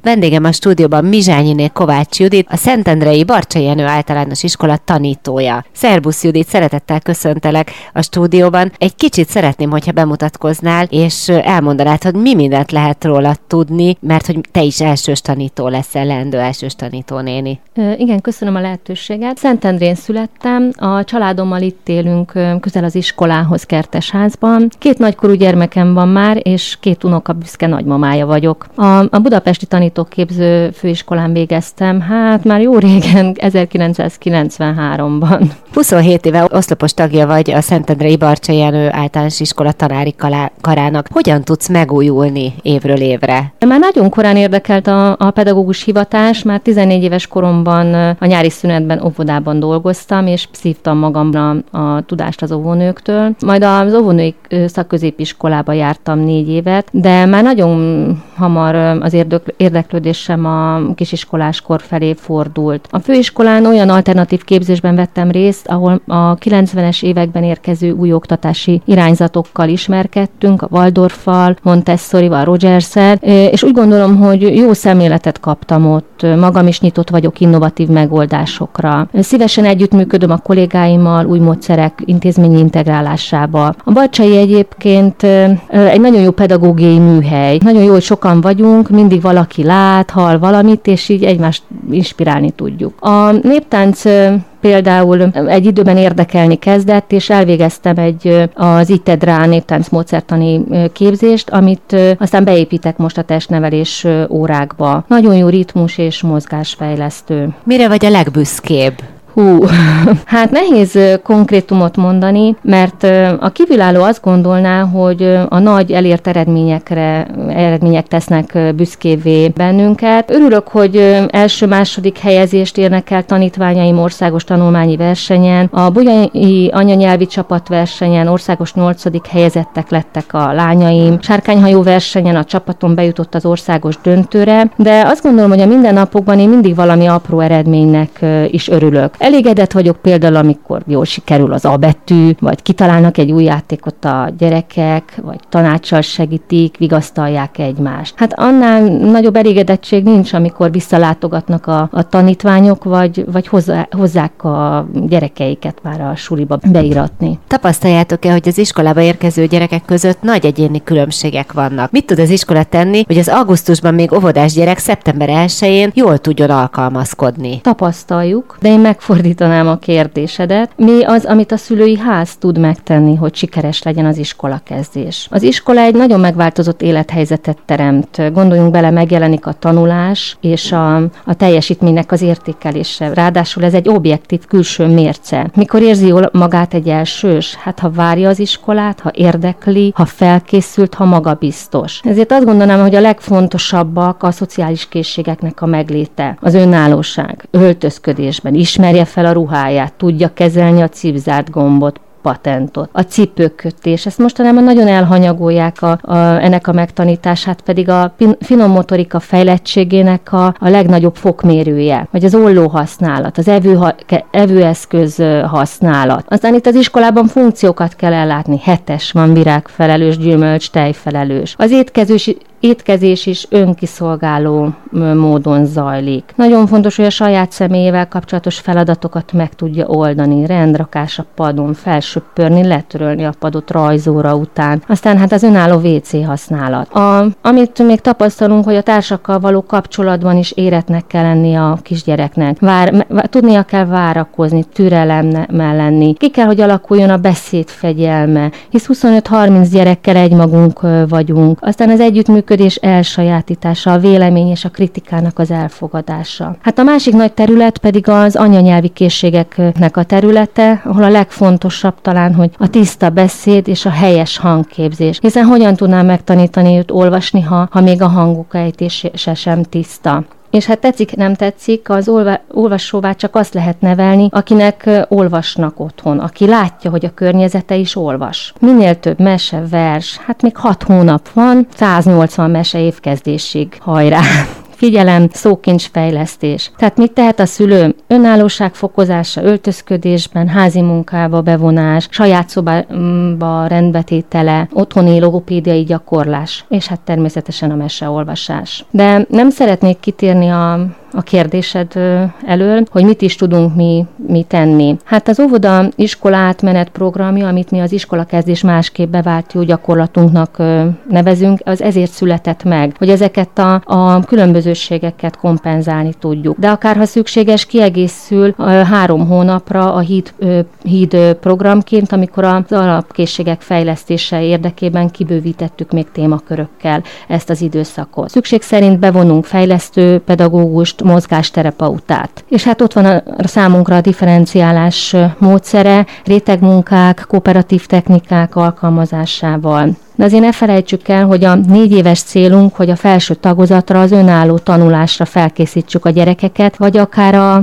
Vendégem a stúdióban Mizsányiné Kovács Judit, a Szentendrei Barcsay Jenő Általános Iskola tanítója. Szerbusz Judit, szeretettel köszöntelek a stúdióban. Egy kicsit szeretném, hogyha bemutatkoznál, és elmondanád, hogy mi mindent lehet rólad tudni, mert hogy te is elsős tanító leszel, leendő elsős tanítónéni. Igen, köszönöm a lehetőséget. Szentendrén születtem, a családommal itt élünk közel az iskolához, Kertesházban. 2 nagykorú gyermekem van már, és 2 unoka büszke nagymamája vagyok. A budapesti tanítóképző főiskolán végeztem, hát már jó régen, 1993-ban. 27 éve oszlopos tagja vagy a Szentendrei Barcsay Jenő Általános Iskola tanári karának. Hogyan tudsz megújulni évről évre? Már nagyon korán érdekelt a pedagógus hivatás, már 14 éves koromban a nyári szünetben óvodában dolgoztam, és szívtam magamra a tudást az óvónőktől. Majd az óvónői szakközépiskolába jártam 4 évet, de már nagyon hamar az érdeklődésem a kisiskoláskor felé fordult. A főiskolán olyan alternatív képzésben vettem részt, ahol a 90-es években érkező új oktatási irányzatokkal ismerkedtünk, a Waldorffal, Montessorival, Rogerssel, és úgy gondolom, hogy jó szemléletet kaptam ott, magam is nyitott vagyok innovatív megoldásokra. Szívesen együttműködöm a kollégáimmal új módszerek intézményi integrálásába. A Barcsay egyébként egy nagyon jó pedagógiai műhely. Nagyon jó, hogy sokan vagyunk, mindig valaki lát, hall valamit, és így egymást inspirálni tudjuk. A néptánc például egy időben érdekelni kezdett, és elvégeztem az ITED rá néptánc módszertani képzést, amit aztán beépítek most a testnevelés órákba. Nagyon jó ritmus és mozgásfejlesztő. Mire vagy a legbüszkébb? Hát nehéz konkrétumot mondani, mert a kívülálló azt gondolná, hogy a nagy elért eredmények tesznek büszkévé bennünket. Örülök, hogy első-második helyezést érnek el tanítványaim országos tanulmányi versenyen. A Bolyai anyanyelvi csapatversenyen országos 8. helyezettek lettek a lányaim. Sárkányhajó versenyen a csapaton bejutott az országos döntőre, de azt gondolom, hogy a mindennapokban én mindig valami apró eredménynek is örülök. Elégedett vagyok például, amikor jól sikerül az A betű, vagy kitalálnak egy új játékot a gyerekek, vagy tanácssal segítik, vigasztalják egymást. Hát annál nagyobb elégedettség nincs, amikor visszalátogatnak a tanítványok, vagy hozzák a gyerekeiket már a suliba beiratni. Tapasztaljátok-e, hogy az iskolába érkező gyerekek között nagy egyéni különbségek vannak? Mit tud az iskola tenni, hogy az augusztusban még óvodás gyerek szeptember 1-én jól tudjon alkalmazkodni? Tapasztaljuk, de én megfordítanám a kérdésedet. Mi az, amit a szülői ház tud megtenni, hogy sikeres legyen az iskolakezdés? Az iskola egy nagyon megváltozott élethelyzetet teremt. Gondoljunk bele, megjelenik a tanulás és a teljesítménynek az értékelése. Ráadásul ez egy objektív külső mérce. Mikor érzi jól magát egy elsős? Hát ha várja az iskolát, ha érdekli, ha felkészült, ha magabiztos. Ezért azt gondolnám, hogy a legfontosabbak a szociális készségeknek a megléte, az önállóság, öltözködésben, ismerje fel a ruháját, tudja kezelni a cipzárt gombot, patentot, a cipőkötés. Ezt mostanában nagyon elhanyagolják ennek a megtanítását, pedig a finom motorika fejlettségének a legnagyobb fokmérője, vagy az olló használat, az evőeszköz használat. Aztán itt az iskolában funkciókat kell ellátni. 7-es van, virágfelelős, gyümölcs, tejfelelős. Az étkezés is önkiszolgáló módon zajlik. Nagyon fontos, hogy a saját személyével kapcsolatos feladatokat meg tudja oldani. Rendrakás a padon, felsöpörni, letörölni a padot rajzóra után. Aztán hát az önálló WC használat. Amit még tapasztalunk, hogy a társakkal való kapcsolatban is éretnek kell lenni a kisgyereknek. Tudnia kell várakozni, türelemmel lenni. Ki kell, hogy alakuljon a beszéd fegyelme, hisz 25-30 gyerekkel egymagunk vagyunk. Aztán az együttműködés elsajátítása, a vélemény és a kritikának az elfogadása. Hát a másik nagy terület pedig az anyanyelvi készségeknek a területe, ahol a legfontosabb talán, hogy a tiszta beszéd és a helyes hangképzés. Hiszen hogyan tudnám megtanítani őt olvasni, ha még a hanguk ejtése sem tiszta. És hát tetszik, nem tetszik, az olvasóvá csak azt lehet nevelni, akinek olvasnak otthon, aki látja, hogy a környezete is olvas. Minél több mese, vers, hát még 6 hónap van, 180 mese évkezdésig, hajrá! figyelem, szókincsfejlesztés. Tehát mit tehet a szülő? Önállóság fokozása, öltözködésben, házi munkába bevonás, saját szobába rendbetétele, otthoni logopédiai gyakorlás, és hát természetesen a meseolvasás. De nem szeretnék kitérni a kérdésed elől, hogy mit is tudunk mi tenni. Hát az óvoda iskola átmenet programja, amit mi az iskolakezdés másképp bevált jó gyakorlatunknak nevezünk, az ezért született meg, hogy ezeket a különbözőségeket kompenzálni tudjuk. De akár ha szükséges, kiegészül 3 hónapra a híd programként, amikor az alapkészségek fejlesztése érdekében kibővítettük még témakörökkel ezt az időszakot. Szükség szerint bevonunk fejlesztő pedagógust, mozgásterapeutát. És hát ott van a számunkra a differenciálás módszere, rétegmunkák, kooperatív technikák alkalmazásával. De azért ne felejtsük el, hogy a 4 éves célunk, hogy a felső tagozatra, az önálló tanulásra felkészítsük a gyerekeket, vagy akár a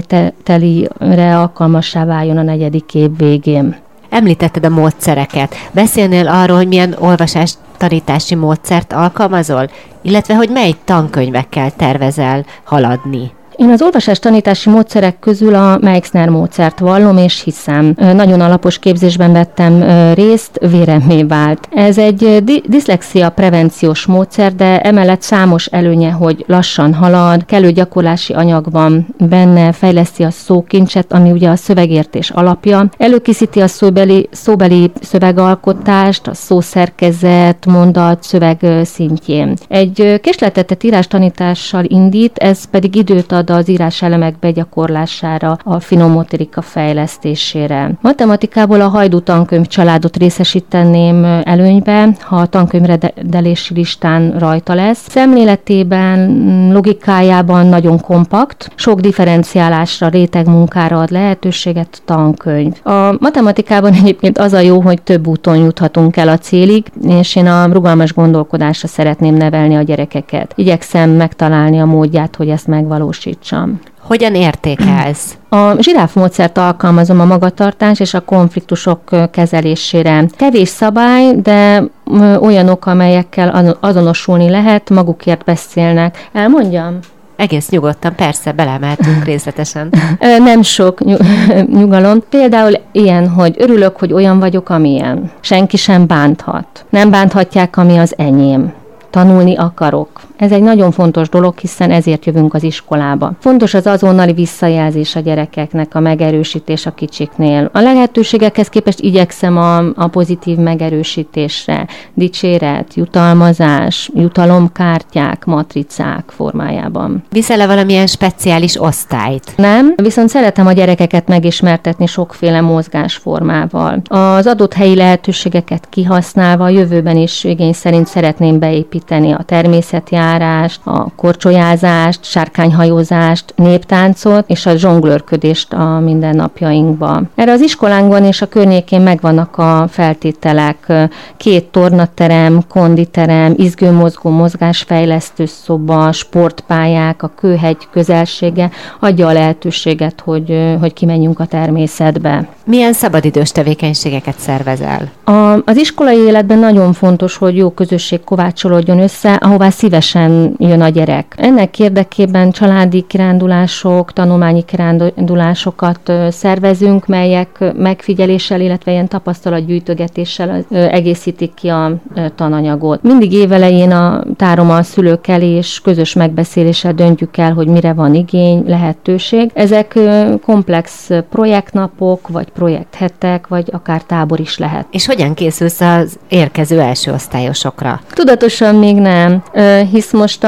felvételire alkalmassá váljon a 4. év végén. Említetted a módszereket. Beszélnél arról, hogy milyen olvasás-tanítási módszert alkalmazol, illetve hogy mely tankönyvekkel tervezel haladni? Én az olvasás-tanítási módszerek közül a Meixner módszert vallom és hiszem. Nagyon alapos képzésben vettem részt, véremmé vált. Ez egy diszlexia prevenciós módszer, de emellett számos előnye, hogy lassan halad, kellő gyakorlási anyag van benne, fejleszti a szókincset, ami ugye a szövegértés alapja, előkészíti a szóbeli szövegalkotást, a szószerkezet, mondat, szöveg szintjén. Egy késleltetett írástanítással indít, ez pedig időt ad az íráselemek begyakorlására, a finom motorika fejlesztésére. Matematikából a Hajdú tankönyv családot részesíteném előnybe, ha a tankönyvrendelési listán rajta lesz. Szemléletében, logikájában nagyon kompakt, sok differenciálásra, rétegmunkára ad lehetőséget a tankönyv. A matematikában egyébként az a jó, hogy több úton juthatunk el a célig, és én a rugalmas gondolkodásra szeretném nevelni a gyerekeket. Igyekszem megtalálni a módját, hogy ezt megvalósítsam. Hogyan értékelsz? A zsiráf módszert alkalmazom a magatartás és a konfliktusok kezelésére. Kevés szabály, de olyanok, amelyekkel azonosulni lehet, magukért beszélnek. Elmondjam? Egész nyugodtan, persze, belemeltünk részletesen. Nem sok nyugalom. Például ilyen, hogy örülök, hogy olyan vagyok, amilyen. Senki sem bánthat. Nem bánthatják, ami az enyém. Tanulni akarok. Ez egy nagyon fontos dolog, hiszen ezért jövünk az iskolába. Fontos az azonnali visszajelzés a gyerekeknek, a megerősítés a kicsiknél. A lehetőségekhez képest igyekszem a pozitív megerősítésre. Dicséret, jutalmazás, jutalomkártyák, matricák formájában. Viszel-e valamilyen speciális osztályt? Nem, viszont szeretem a gyerekeket megismertetni sokféle mozgásformával. Az adott helyi lehetőségeket kihasználva a jövőben is igény szerint szeretném beépíteni a természetjárást, a korcsolyázást, sárkányhajózást, néptáncot és a zsonglőrködést a mindennapjainkba. Erre az iskolánkban és a környékén megvannak a feltételek. 2 tornaterem, konditerem, izgőmozgó mozgásfejlesztő szoba, sportpályák, a Kőhegy közelsége adja a lehetőséget, hogy kimenjünk a természetbe. Milyen szabadidős tevékenységeket szervezel? Az iskolai életben nagyon fontos, hogy jó közösség kovácsolódjon össze, ahová szívesen jön a gyerek. Ennek érdekében családi kirándulások, tanulmányi kirándulásokat szervezünk, melyek megfigyeléssel, illetve ilyen tapasztalatgyűjtögetéssel egészítik ki a tananyagot. Mindig évelején tárom a szülők elé, és közös megbeszéléssel döntjük el, hogy mire van igény, lehetőség. Ezek komplex projektnapok, vagy projekthetek, vagy akár tábor is lehet. És hogyan készülsz az érkező első osztályosokra? Tudatosan még nem, hisz most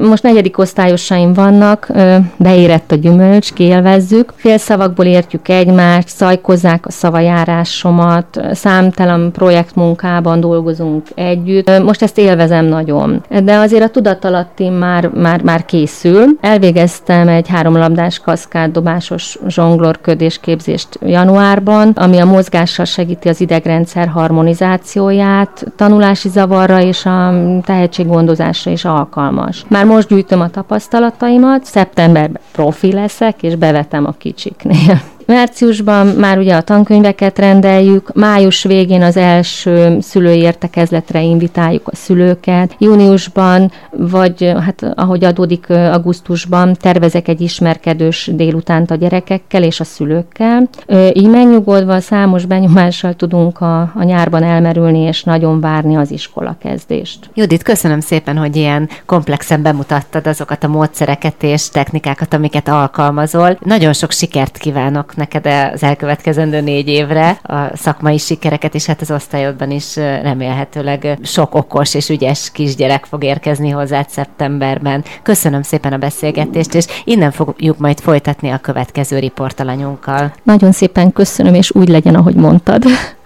4. osztályosaim vannak, beérett a gyümölcs, kiélvezzük. Félszavakból értjük egymást, szajkozzák a szavajárásomat, számtalan projektmunkában dolgozunk együtt. Most ezt élvezem nagyon. De azért a tudatalattim már készül. Elvégeztem egy 3 labdás kaszkáddobásos zsonglőrködés képzést januárban, ami a mozgással segíti az idegrendszer harmonizációját, tanulási zavarra és a tehetséggondozásra is alkalmas. Már most gyűjtöm a tapasztalataimat, szeptemberben profi leszek, és bevetem a kicsiknél. Márciusban már ugye a tankönyveket rendeljük, május végén az első szülői értekezletre invitáljuk a szülőket, júniusban, vagy hát ahogy adódik augusztusban tervezek egy ismerkedős délutánt a gyerekekkel és a szülőkkel. Így megnyugodva számos benyomással tudunk a nyárban elmerülni és nagyon várni az iskolakezdést. Judit, köszönöm szépen, hogy ilyen komplexen bemutattad azokat a módszereket és technikákat, amiket alkalmazol. Nagyon sok sikert kívánok neked az elkövetkezendő 4 évre, a szakmai sikereket, és hát az osztályodban is remélhetőleg sok okos és ügyes kisgyerek fog érkezni hozzád szeptemberben. Köszönöm szépen a beszélgetést, és innen fogjuk majd folytatni a következő riportalanyunkkal. Nagyon szépen köszönöm, és úgy legyen, ahogy mondtad.